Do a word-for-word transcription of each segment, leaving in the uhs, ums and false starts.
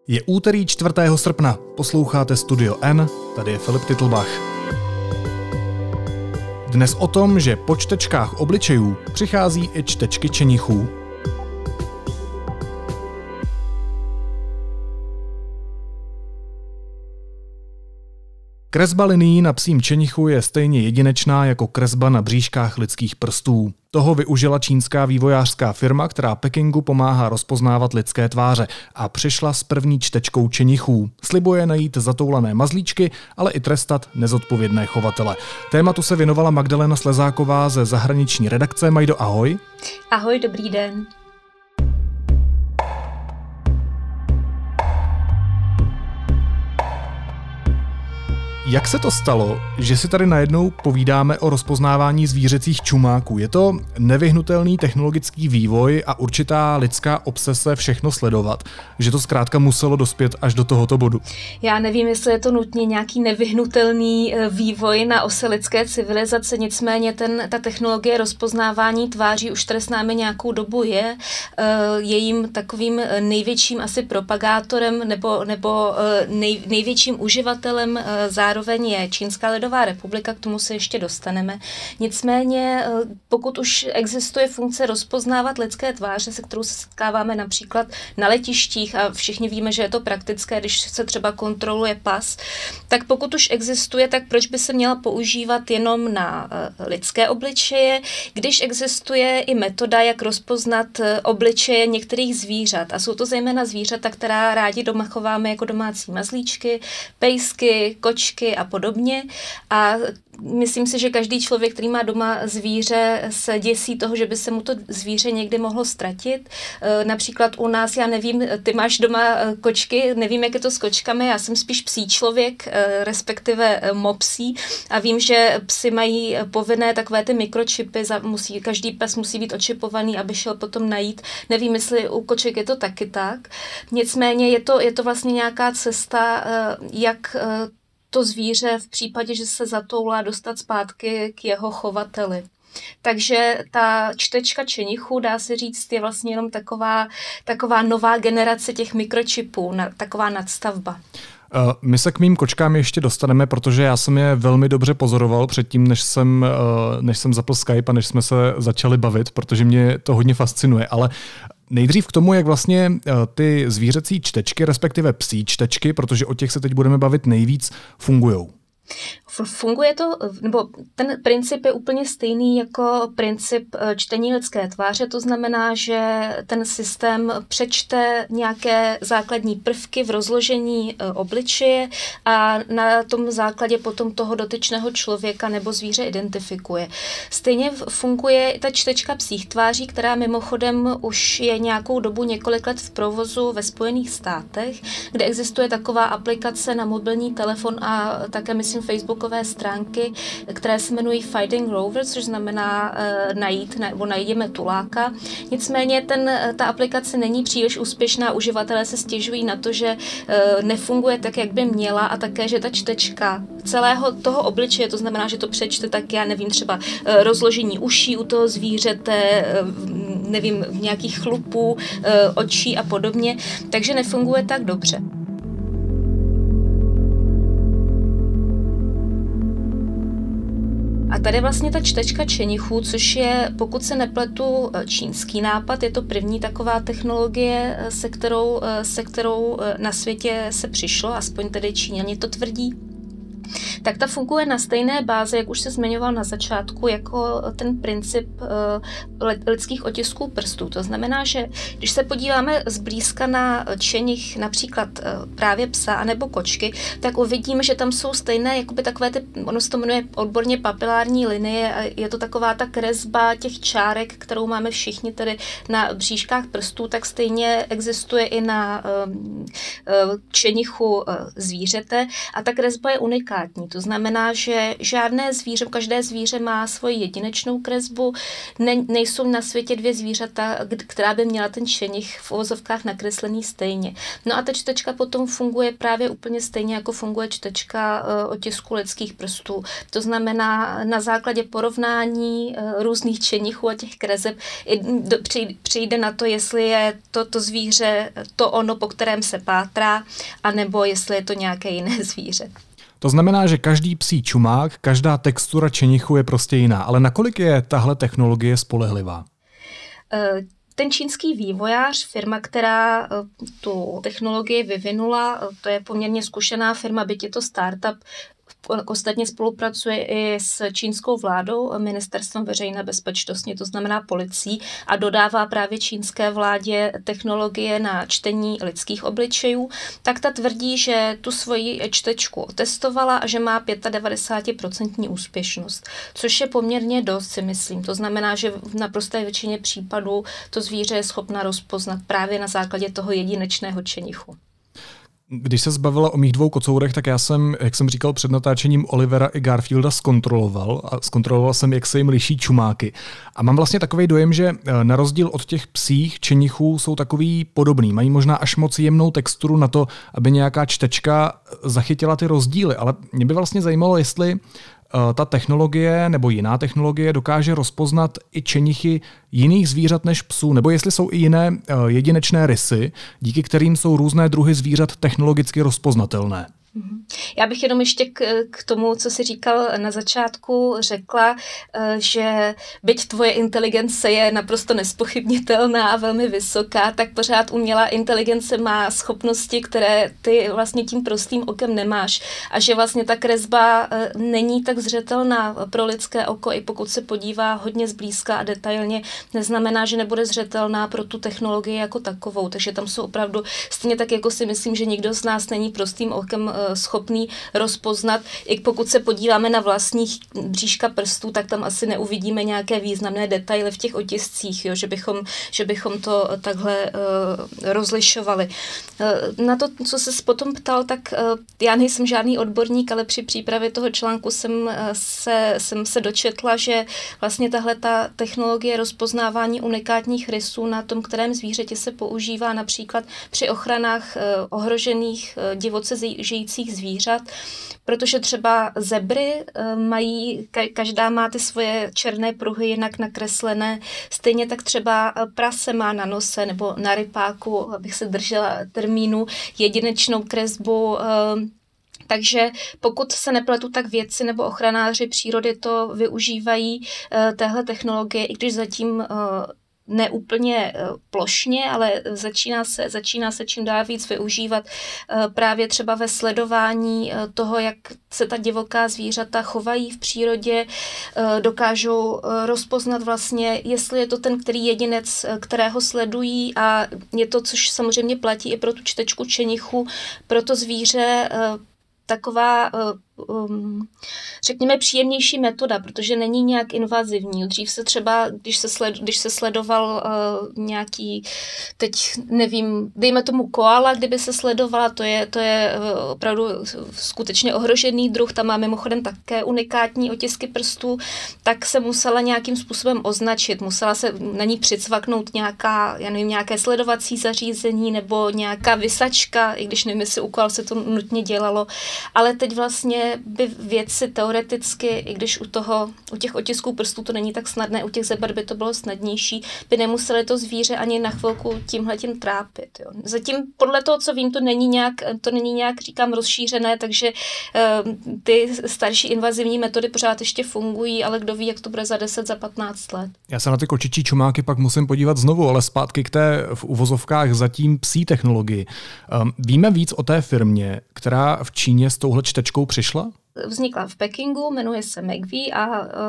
Je úterý čtvrtého srpna, posloucháte Studio N, tady je Filip Titlbach. Dnes o tom, že po čtečkách obličejů přichází i čtečky čenichů. Kresba linií na psím čenichu je stejně jedinečná jako kresba na bříškách lidských prstů. Toho využila čínská vývojářská firma, která Pekingu pomáhá rozpoznávat lidské tváře a přišla s první čtečkou čenichů. Slibuje najít zatoulané mazlíčky, ale i trestat nezodpovědné chovatele. Tématu se věnovala Magdalena Slezáková ze zahraniční redakce. Majdo, ahoj. Ahoj, dobrý den. Jak se to stalo, že si tady najednou povídáme o rozpoznávání zvířecích čumáků? Je to nevyhnutelný technologický vývoj a určitá lidská obsese všechno sledovat, že to zkrátka muselo dospět až do tohoto bodu? Já nevím, jestli je to nutně nějaký nevyhnutelný vývoj na ose lidské civilizace, nicméně ten, ta technologie rozpoznávání tváří už tady s námi nějakou dobu je. Jejím takovým největším asi propagátorem nebo, nebo nej, největším uživatelem zároveň Zároveň je Čínská lidová republika, k tomu se ještě dostaneme. Nicméně, pokud už existuje funkce rozpoznávat lidské tváře, se kterou se setkáváme například na letištích a všichni víme, že je to praktické, když se třeba kontroluje pas, tak pokud už existuje, tak proč by se měla používat jenom na lidské obličeje, když existuje i metoda, jak rozpoznat obličeje některých zvířat. A jsou to zejména zvířata, která rádi doma chováme jako domácí mazlíčky, pejsky, kočky a podobně. A myslím si, že každý člověk, který má doma zvíře, se děsí toho, že by se mu to zvíře někdy mohlo ztratit. Například u nás, já nevím, ty máš doma kočky, nevím, jak je to s kočkami, já jsem spíš psí člověk, respektive mopsí a vím, že psy mají povinné takové ty mikročipy, musí, každý pes musí být očipovaný, aby šel potom najít. Nevím, jestli u koček je to taky tak. Nicméně je to, je to vlastně nějaká cesta, jak to zvíře v případě, že se zatoulá, dostat zpátky k jeho chovateli. Takže ta čtečka čenichů, dá se říct, je vlastně jenom taková, taková nová generace těch mikročipů, taková nadstavba. My se k mým kočkám ještě dostaneme, protože já jsem je velmi dobře pozoroval předtím, než jsem, než jsem zapl Skype a než jsme se začali bavit, protože mě to hodně fascinuje, ale nejdřív k tomu, jak vlastně ty zvířecí čtečky, respektive psí čtečky, protože o těch se teď budeme bavit nejvíc, fungujou. Funguje to, nebo ten princip je úplně stejný jako princip čtení lidské tváře, to znamená, že ten systém přečte nějaké základní prvky v rozložení obličeje a na tom základě potom toho dotyčného člověka nebo zvíře identifikuje. Stejně funguje ta čtečka psích tváří, která mimochodem už je nějakou dobu, několik let v provozu ve Spojených státech, kde existuje taková aplikace na mobilní telefon a také, myslím, facebookové stránky, které se jmenují Finding Rovers, což znamená uh, najít nebo najdeme tuláka. Nicméně ten, ta aplikace není příliš úspěšná, uživatelé se stěžují na to, že uh, nefunguje tak, jak by měla a také, že ta čtečka celého toho obličeje, to znamená, že to přečte tak, já nevím, třeba uh, rozložení uší u toho zvířete, uh, nevím, nějakých chlupů, uh, očí a podobně, takže nefunguje tak dobře. A tady vlastně ta čtečka čenichů, což je, pokud se nepletu, čínský nápad, je to první taková technologie, se kterou, se kterou na světě se přišlo, aspoň tedy Číňani to tvrdí. Tak ta funguje na stejné bázi, jak už se zmiňoval na začátku, jako ten princip lidských otisků prstů. To znamená, že když se podíváme zblízka na čenich například právě psa anebo kočky, tak uvidíme, že tam jsou stejné, jakoby takové ty, ono se to jmenuje odborně papilární linie, a je to taková ta kresba těch čárek, kterou máme všichni tedy na bříškách prstů, tak stejně existuje i na čenichu zvířete a ta kresba je unikátní. To To znamená, že žádné zvíře, každé zvíře má svoji jedinečnou kresbu, ne, nejsou na světě dvě zvířata, která by měla ten čenich v uvozovkách nakreslený stejně. No a ta čtečka potom funguje právě úplně stejně, jako funguje čtečka otisku lidských prstů. To znamená, na základě porovnání různých čenichů a těch kreseb přijde na to, jestli je to, to zvíře to ono, po kterém se pátrá, anebo jestli je to nějaké jiné zvíře. To znamená, že každý psí čumák, každá textura čenichu je prostě jiná. Ale nakolik je tahle technologie spolehlivá? Ten čínský vývojář, firma, která tu technologii vyvinula, to je poměrně zkušená firma, byť je to startup, ostatně spolupracuje i s čínskou vládou, ministerstvem veřejné bezpečnosti, to znamená policií, a dodává právě čínské vládě technologie na čtení lidských obličejů, tak ta tvrdí, že tu svoji čtečku otestovala a že má devadesát pět procent úspěšnost, což je poměrně dost, si myslím. To znamená, že v naprosté většině případů to zvíře je schopna rozpoznat právě na základě toho jedinečného čenichu. Když se zbavila o mých dvou kocourech, tak já jsem, jak jsem říkal před natáčením, Olivera i Garfielda zkontroloval a zkontroloval jsem, jak se jim liší čumáky. A mám vlastně takový dojem, že na rozdíl od těch psích čenichů jsou takový podobný. Mají možná až moc jemnou texturu na to, aby nějaká čtečka zachytila ty rozdíly. Ale mě by vlastně zajímalo, jestli ta technologie nebo jiná technologie dokáže rozpoznat i čenichy jiných zvířat než psů, nebo jestli jsou i jiné jedinečné rysy, díky kterým jsou různé druhy zvířat technologicky rozpoznatelné. Já bych jenom ještě k, k tomu, co jsi říkal na začátku, řekla, že byť tvoje inteligence je naprosto nespochybnitelná a velmi vysoká, tak pořád umělá inteligence má schopnosti, které ty vlastně tím prostým okem nemáš. A že vlastně ta kresba není tak zřetelná pro lidské oko, i pokud se podívá hodně zblízka a detailně, neznamená, že nebude zřetelná pro tu technologii jako takovou. Takže tam jsou opravdu, stejně tak, jako si myslím, že nikdo z nás není prostým okem schopný rozpoznat. I pokud se podíváme na vlastních bříška prstů, tak tam asi neuvidíme nějaké významné detaily v těch otiscích, jo, že bychom, že bychom to takhle uh, rozlišovali. Uh, na to, co se potom ptal, tak uh, já nejsem žádný odborník, ale při přípravě toho článku jsem, uh, se, jsem se dočetla, že vlastně tahle ta technologie rozpoznávání unikátních rysů na tom, kterém zvířeti se používá například při ochranách uh, ohrožených uh, divoce žijících zvířat, protože třeba zebry mají, každá má ty svoje černé pruhy jinak nakreslené, stejně tak třeba prase má na nose nebo na rypáku, abych se držela termínu, jedinečnou kresbu. Takže pokud se nepletu, tak vědci nebo ochranáři přírody to využívají téhle technologie, i když zatím ne úplně plošně, ale začíná se, začíná se čím dál víc využívat právě třeba ve sledování toho, jak se ta divoká zvířata chovají v přírodě, dokážou rozpoznat vlastně, jestli je to ten, který jedinec, kterého sledují, a je to, což samozřejmě platí i pro tu čtečku čenichu, pro to zvíře taková, um, řekněme, příjemnější metoda, protože není nějak invazivní. Dřív se třeba, když se, sled, když se sledoval uh, nějaký, teď nevím, dejme tomu koala, kdyby se sledovala, to je, to je uh, opravdu skutečně ohrožený druh, tam má mimochodem také unikátní otisky prstů, tak se musela nějakým způsobem označit, musela se na ní přicvaknout nějaká, já nevím, nějaké sledovací zařízení nebo nějaká vysačka, i když nevím, jestli u koal se to nutně dělalo, ale teď vlastně by vědci teoreticky, i když u toho, u těch otisků prstů to není tak snadné, u těch zeber by to bylo snadnější, by nemuseli to zvíře ani na chvilku tímhletím trápit. Jo. Zatím podle toho, co vím, to není nějak, to není nějak, říkám, rozšířené, takže uh, ty starší invazivní metody pořád ještě fungují, ale kdo ví, jak to bude za deset, za patnáct let. Já se na ty kočičí čumáky pak musím podívat znovu, ale zpátky k té v uvozovkách zatím psí technologii. Um, víme víc o té firmě, která v Číně s touhle čtečkou přišla? Vznikla v Pekingu, jmenuje se Megvii a uh,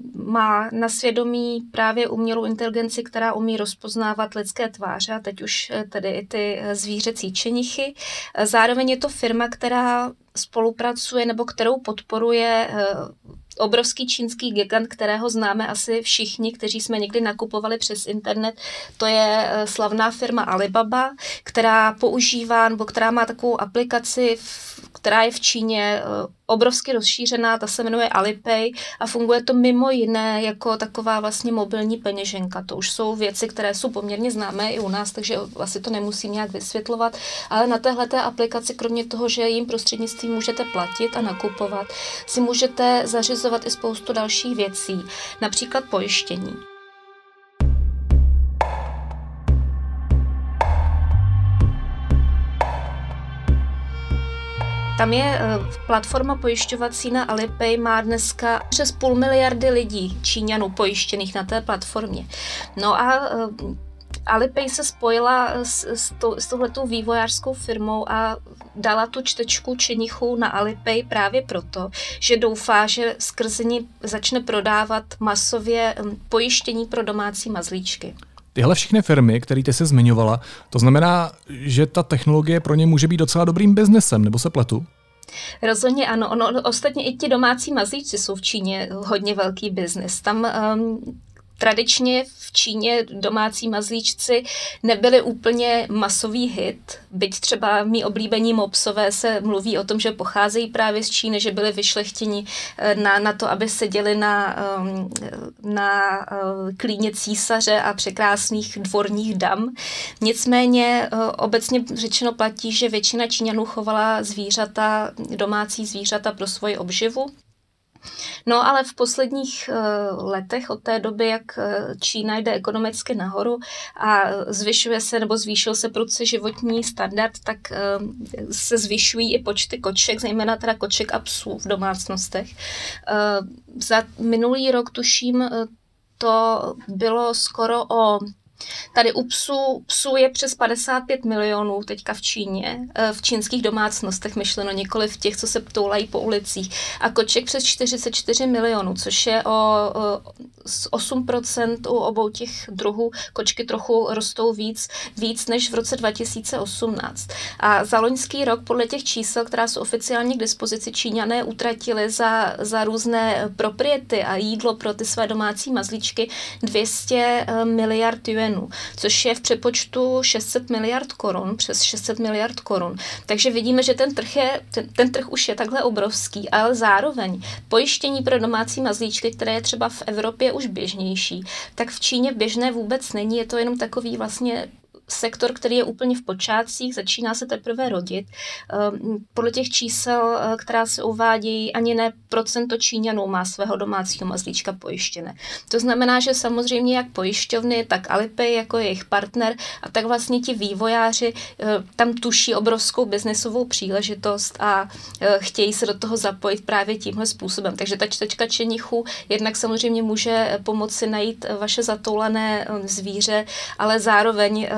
má na svědomí právě umělou inteligenci, která umí rozpoznávat lidské tváře, a teď už tedy i ty zvířecí čenichy. Zároveň je to firma, která spolupracuje nebo kterou podporuje uh, obrovský čínský gigant, kterého známe asi všichni, kteří jsme někdy nakupovali přes internet. To je slavná firma Alibaba, která používá, nebo která má takovou aplikaci, která je v Číně obrovsky rozšířená, ta se jmenuje Alipay a funguje to mimo jiné jako taková vlastně mobilní peněženka. To už jsou věci, které jsou poměrně známé i u nás, takže asi to nemusím nějak vysvětlovat, ale na téhleté aplikaci, kromě toho, že jím prostřednictvím můžete platit a nakupovat, si můžete zařizovat i spoustu dalších věcí, například pojištění. Tam je platforma pojišťovací na Alipay, má dneska přes půl miliardy lidí, Číňanů, pojištěných na té platformě. No a Alipay se spojila s, s, tou, s touhletou vývojářskou firmou a dala tu čtečku čenichů na Alipay právě proto, že doufá, že skrze ní začne prodávat masově pojištění pro domácí mazlíčky. Tyhle všechny firmy, které ty jsi zmiňovala, to znamená, že ta technologie pro ně může být docela dobrým biznesem, nebo se pletu? Rozhodně ano. Ono, ostatně i ti domácí mazlíčci jsou v Číně hodně velký biznes. Tam um, tradičně v Číně domácí mazlíčci nebyli úplně masový hit, byť třeba mý oblíbení mopsové se mluví o tom, že pocházejí právě z Číny, že byli vyšlechtěni na, na to, aby seděli na, na klíně císaře a překrásných dvorních dam. Nicméně obecně řečeno platí, že většina Číňanů chovala zvířata, domácí zvířata pro svoji obživu. No ale v posledních uh, letech od té doby, jak Čína jde ekonomicky nahoru a zvyšuje se nebo zvýšil se prudce životní standard, tak uh, se zvyšují i počty koček, zejména teda koček a psů v domácnostech. Uh, za minulý rok tuším, uh, to bylo skoro o Tady u psů, psů je přes padesát pět milionů teďka v Číně, v čínských domácnostech myšleno, nikoli v těch, co se ptoulají po ulicích. A koček přes čtyřicet čtyři milionů, což je o, o osm procent u obou těch druhů. Kočky trochu rostou víc, víc než v roce dva tisíce osmnáct. A za loňský rok podle těch čísel, která jsou oficiálně k dispozici, Číňané utratili za, za různé propriety a jídlo pro ty své domácí mazlíčky dvě stě miliard yuanů, což je v přepočtu šest set miliard korun, přes šest set miliard korun. Takže vidíme, že ten trh, je, ten, ten trh už je takhle obrovský, ale zároveň pojištění pro domácí mazlíčky, které je třeba v Evropě už běžnější, tak v Číně běžné vůbec není, je to jenom takový vlastně sektor, který je úplně v počátcích, začíná se teprve rodit. Podle těch čísel, která se uvádějí, ani ne procento Číňanů má svého domácího mazlíčka pojištěné. To znamená, že samozřejmě jak pojišťovny, tak Alipay jako jejich partner a tak vlastně ti vývojáři tam tuší obrovskou biznesovou příležitost a chtějí se do toho zapojit právě tímhle způsobem. Takže ta čtečka čenichů jednak samozřejmě může pomoci najít vaše zatoulané zvíře, ale zároveň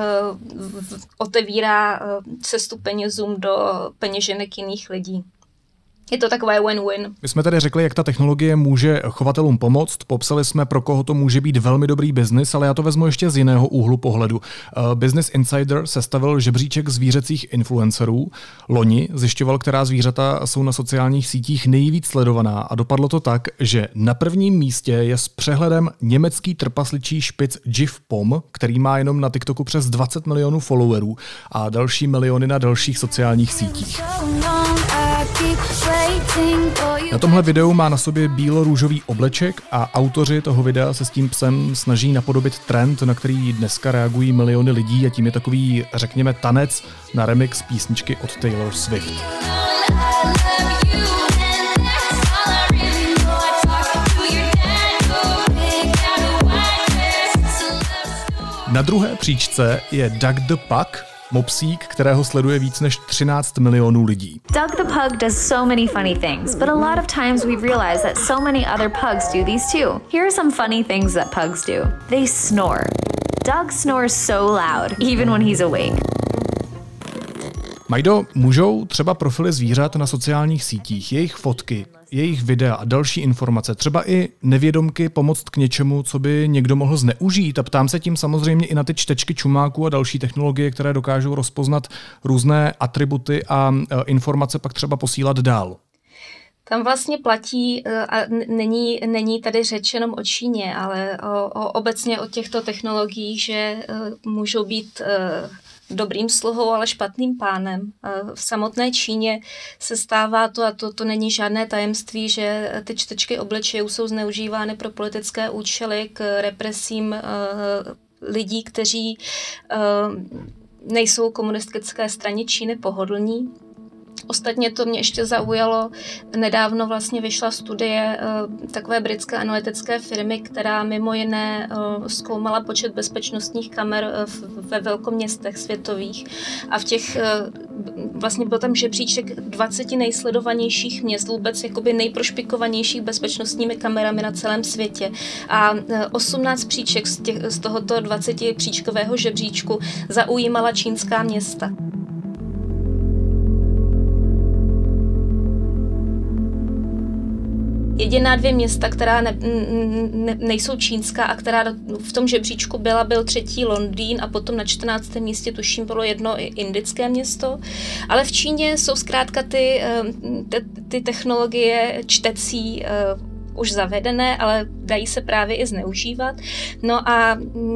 otevírá cestu penězům do peněženek jiných lidí. Je to takové win-win. My jsme tady řekli, jak ta technologie může chovatelům pomoct, popsali jsme, pro koho to může být velmi dobrý biznis, ale já to vezmu ještě z jiného úhlu pohledu. Uh, Business Insider sestavil žebříček zvířecích influencerů. Loni zjišťoval, která zvířata jsou na sociálních sítích nejvíc sledovaná a dopadlo to tak, že na prvním místě je s přehledem německý trpasličí špic Jif Pom, který má jenom na TikToku přes dvacet milionů followerů a další miliony na dalších sociálních sítích. Na tomhle videu má na sobě bílo-růžový obleček a autoři toho videa se s tím psem snaží napodobit trend, na který dneska reagují miliony lidí a tím je takový, řekněme, tanec na remix písničky od Taylor Swift. Na druhé příčce je Doug the Pug, mopsík, kterého sleduje víc než třináct milionů lidí. Doug the pug does so many funny things, but a lot of times we've realized that so many other pugs do these too. Here are some funny things that pugs do. They snore. Doug snores so loud, even when he's awake. Majdo, můžou třeba profily zvířat na sociálních sítích, jejich fotky, jejich videa a další informace, třeba i nevědomky pomoct k něčemu, co by někdo mohl zneužít? A ptám se tím samozřejmě i na ty čtečky čumáků a další technologie, které dokážou rozpoznat různé atributy a informace pak třeba posílat dál. Tam vlastně platí, a není, není tady řeč jenom o Číně, ale o, o, obecně o těchto technologiích, že můžou být dobrým sluhou, ale špatným pánem. V samotné Číně se stává to, a to, to není žádné tajemství, že ty čtečky obličejů jsou zneužívány pro politické účely k represím lidí, kteří nejsou komunistické straně Číny pohodlní. Ostatně to mě ještě zaujalo, nedávno vlastně vyšla studie uh, takové britské analytické firmy, která mimo jiné uh, zkoumala počet bezpečnostních kamer uh, ve velkoměstech světových a v těch uh, vlastně byl tam žebříček dvaceti nejsledovanějších měst, vůbec jakoby nejprošpikovanějších bezpečnostními kamerami na celém světě a uh, osmnáct příček z, těch, z tohoto dvaceti příčkového žebříčku zaujímala čínská města. Jediná dvě města, která ne, ne, nejsou čínská a která v tom žebříčku byla, byl třetí Londýn a potom na čtrnáctém místě tuším bylo jedno indické město. Ale v Číně jsou zkrátka ty, ty, ty technologie čtecí už zavedené, ale dají se právě i zneužívat. No a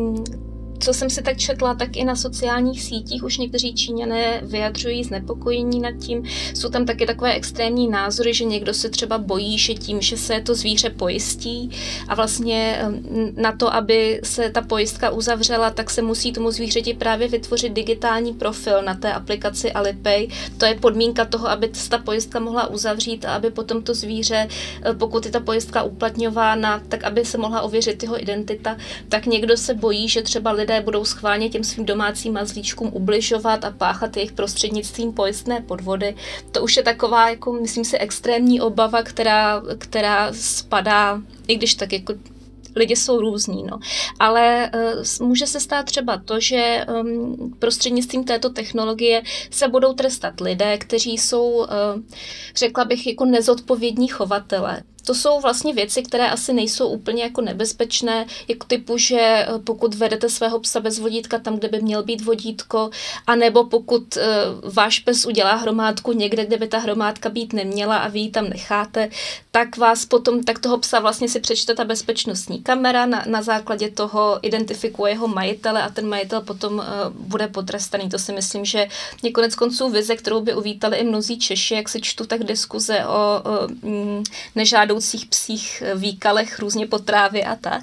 co jsem si tak četla, tak i na sociálních sítích už někteří Číňané vyjadřují znepokojení nad tím. Jsou tam taky takové extrémní názory, že někdo se třeba bojí, že tím, že se to zvíře pojistí a vlastně na to, aby se ta pojistka uzavřela, tak se musí tomu zvířeti právě vytvořit digitální profil na té aplikaci Alipay. To je podmínka toho, aby ta pojistka mohla uzavřít a aby potom to zvíře, pokud je ta pojistka uplatňována, tak aby se mohla ověřit jeho identita, tak někdo se bojí, že třeba lidé budou schválně těm svým domácím mazlíčkům ubližovat a páchat jejich prostřednictvím pojistné podvody. To už je taková, jako myslím si, extrémní obava, která, která spadá, i když tak jako lidi jsou různí, no. Ale uh, může se stát třeba to, že um, prostřednictvím této technologie se budou trestat lidé, kteří jsou, uh, řekla bych, jako nezodpovědní chovatelé. To jsou vlastně věci, které asi nejsou úplně jako nebezpečné, jako typu, že pokud vedete svého psa bez vodítka tam, kde by měl být vodítko, anebo pokud uh, váš pes udělá hromádku někde, kde by ta hromádka být neměla a vy ji tam necháte, tak vás potom, tak toho psa vlastně si přečte ta bezpečnostní kamera, na, na základě toho identifikuje jeho majitele a ten majitel potom uh, bude potrestaný. To si myslím, že je konec konců vize, kterou by uvítali i mnozí Češi, jak si čtu tak diskuze o, o mm, nežádou psích výkalech různě po trávě a tak.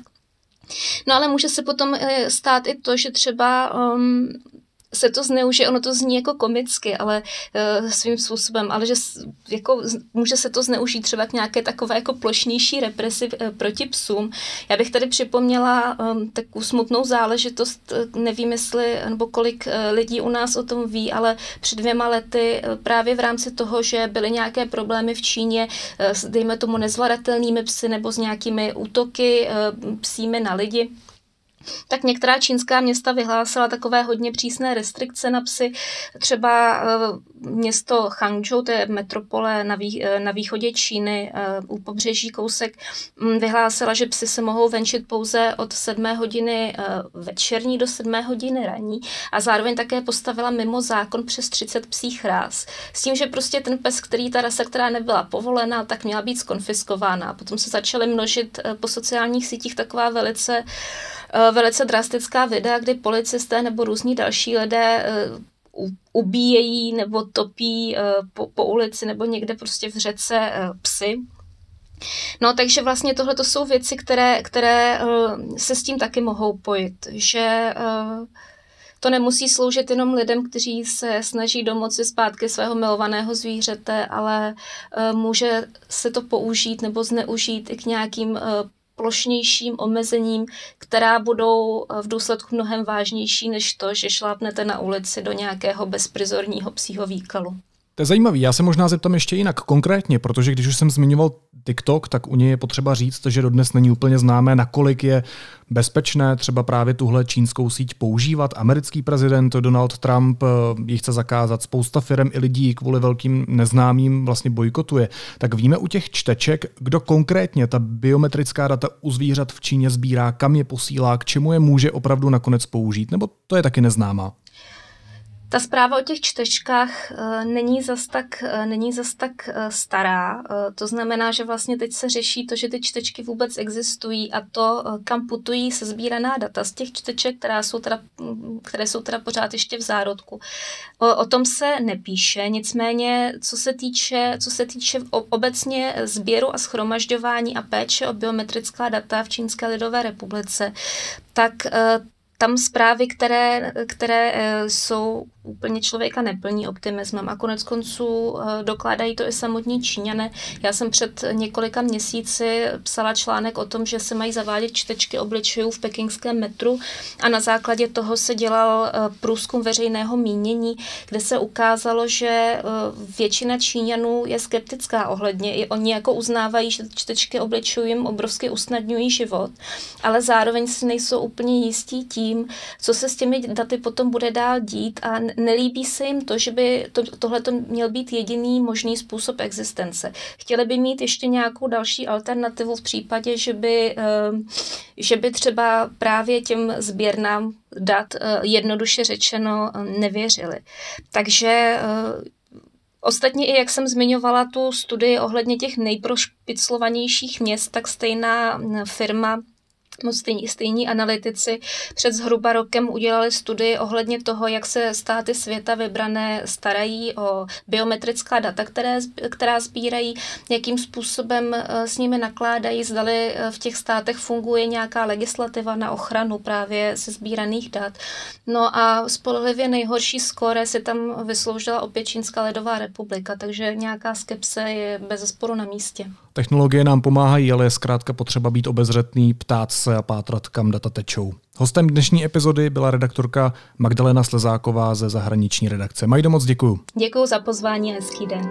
No ale může se potom stát i to, že třeba um, se to zneužije, ono to zní jako komicky, ale uh, svým způsobem, ale že jako, může se to zneužít třeba k nějaké takové jako plošnější represi uh, proti psům. Já bych tady připomněla um, takovou smutnou záležitost, uh, nevím jestli, nebo kolik uh, lidí u nás o tom ví, ale před dvěma lety uh, právě v rámci toho, že byly nějaké problémy v Číně uh, s, dejme tomu, nezvladatelnými psy nebo s nějakými útoky uh, psími na lidi, tak některá čínská města vyhlásila takové hodně přísné restrikce na psy. Třeba město Hangzhou, to je metropole na, vý, na východě Číny, u pobřeží kousek, vyhlásila, že psy se mohou venčit pouze od sedmé hodiny večerní do sedmé hodiny ranní a zároveň také postavila mimo zákon přes třicet psích ráz. S tím, že prostě ten pes, který ta rasa, která nebyla povolená, tak měla být skonfiskována. A potom se začaly množit po sociálních sítích taková velice velice drastická videa, kdy policisté nebo různí další lidé uh, ubíjejí nebo topí uh, po, po ulici nebo někde prostě v řece uh, psy. No, takže vlastně tohle to jsou věci, které, které uh, se s tím taky mohou pojit, že uh, to nemusí sloužit jenom lidem, kteří se snaží domoci zpátky svého milovaného zvířete, ale uh, může se to použít nebo zneužít i k nějakým uh, plošnějším omezením, která budou v důsledku mnohem vážnější než to, že šlápnete na ulici do nějakého bezprizorního psího výkalu. To je zajímavý. Já se možná zeptám ještě jinak konkrétně, protože když už jsem zmiňoval TikTok, tak u něj je potřeba říct, že dodnes není úplně známé, nakolik je bezpečné třeba právě tuhle čínskou síť používat. Americký prezident Donald Trump ji chce zakázat, spousta firem i lidí kvůli velkým neznámým vlastně bojkotuje. Tak víme u těch čteček, kdo konkrétně ta biometrická data u zvířat v Číně sbírá, kam je posílá, k čemu je může opravdu nakonec použít, nebo to je taky neznámá? Ta zpráva o těch čtečkách není zas tak, není zas tak stará. To znamená, že vlastně teď se řeší to, že ty čtečky vůbec existují a to, kam putují sesbíraná data z těch čteček, která jsou teda, které jsou teda pořád ještě v zárodku. O, o tom se nepíše, nicméně co se týče, co se týče obecně sběru a shromažďování a péče o biometrická data v Čínské lidové republice, tak tam zprávy, které, které jsou úplně člověka neplní optimismem a konec konců dokládají to i samotní Číňané. Já jsem před několika měsíci psala článek o tom, že se mají zavádět čtečky obličejů v pekingském metru a na základě toho se dělal průzkum veřejného mínění, kde se ukázalo, že většina Číňanů je skeptická ohledně. I oni jako uznávají, že čtečky obličejů jim obrovsky usnadňují život, ale zároveň si nejsou úplně jistí tím, co se s těmi daty potom bude dál dít a nelíbí se jim to, že by to, tohleto měl být jediný možný způsob existence. Chtěli by mít ještě nějakou další alternativu v případě, že by, že by třeba právě těm sběrnám dat jednoduše řečeno nevěřili. Takže ostatně i jak jsem zmiňovala tu studii ohledně těch nejprošpiclovanějších měst, tak stejná firma Stejní, stejní analytici před zhruba rokem udělali studii ohledně toho, jak se státy světa vybrané starají o biometrická data, které, která sbírají, jakým způsobem s nimi nakládají, zdali v těch státech funguje nějaká legislativa na ochranu právě se sbíraných dat. No a spolehlivě nejhorší skóre si tam vysloužila opět Čínská lidová republika, takže nějaká skepse je bezesporu na místě. Technologie nám pomáhají, ale je zkrátka potřeba být obezřetný, ptát se a pátrat, kam data tečou. Hostem dnešní epizody byla redaktorka Magdalena Slezáková ze zahraniční redakce. Majdo, moc děkuju. Děkuju za pozvání a hezký den.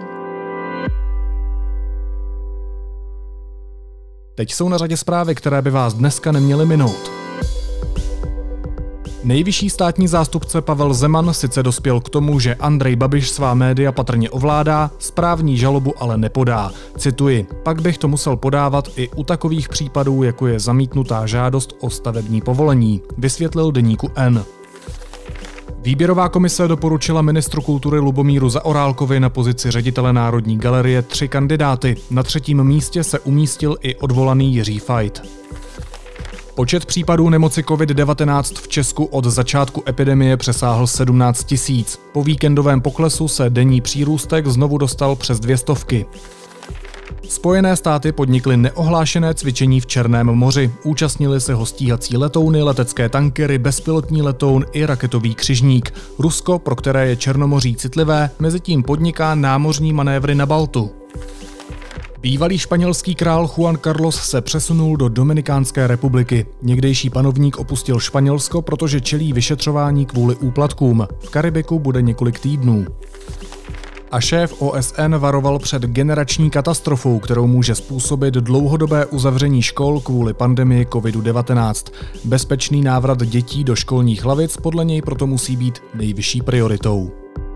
Teď jsou na řadě zprávy, které by vás dneska neměly minout. Nejvyšší státní zástupce Pavel Zeman sice dospěl k tomu, že Andrej Babiš svá média patrně ovládá, správní žalobu ale nepodá. Cituji, pak bych to musel podávat i u takových případů, jako je zamítnutá žádost o stavební povolení, vysvětlil deníku N. Výběrová komise doporučila ministru kultury Lubomíru Zaorálkovi na pozici ředitele Národní galerie tři kandidáty. Na třetím místě se umístil i odvolaný Jiří Fajt. Počet případů nemoci covid devatenáct v Česku od začátku epidemie přesáhl sedmnáct tisíc. Po víkendovém poklesu se denní přírůstek znovu dostal přes dvě stovky. Spojené státy podnikly neohlášené cvičení v Černém moři. Účastnili se ho stíhací letouny, letecké tankery, bezpilotní letoun i raketový křižník. Rusko, pro které je Černomoří citlivé, mezitím podniká námořní manévry na Baltu. Bývalý španělský král Juan Carlos se přesunul do Dominikánské republiky. Někdejší panovník opustil Španělsko, protože čelí vyšetřování kvůli úplatkům. V Karibiku bude několik týdnů. A šéf O S N varoval před generační katastrofou, kterou může způsobit dlouhodobé uzavření škol kvůli pandemii covid devatenáct. Bezpečný návrat dětí do školních lavic podle něj proto musí být nejvyšší prioritou.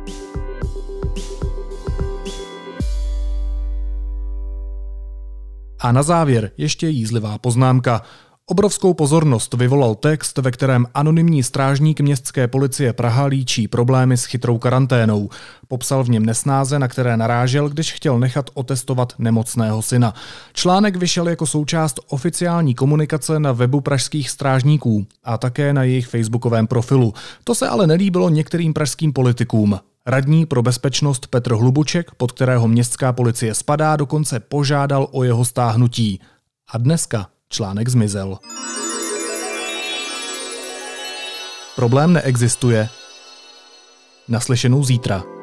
A na závěr ještě jízlivá poznámka. Obrovskou pozornost vyvolal text, ve kterém anonymní strážník městské policie Praha líčí problémy s chytrou karanténou. Popsal v něm nesnáze, na které narážel, když chtěl nechat otestovat nemocného syna. Článek vyšel jako součást oficiální komunikace na webu pražských strážníků a také na jejich facebookovém profilu. To se ale nelíbilo některým pražským politikům. Radní pro bezpečnost Petr Hlubuček, pod kterého městská policie spadá, dokonce požádal o jeho stáhnutí. A dneska článek zmizel. Problém neexistuje. Naslyšenou zítra.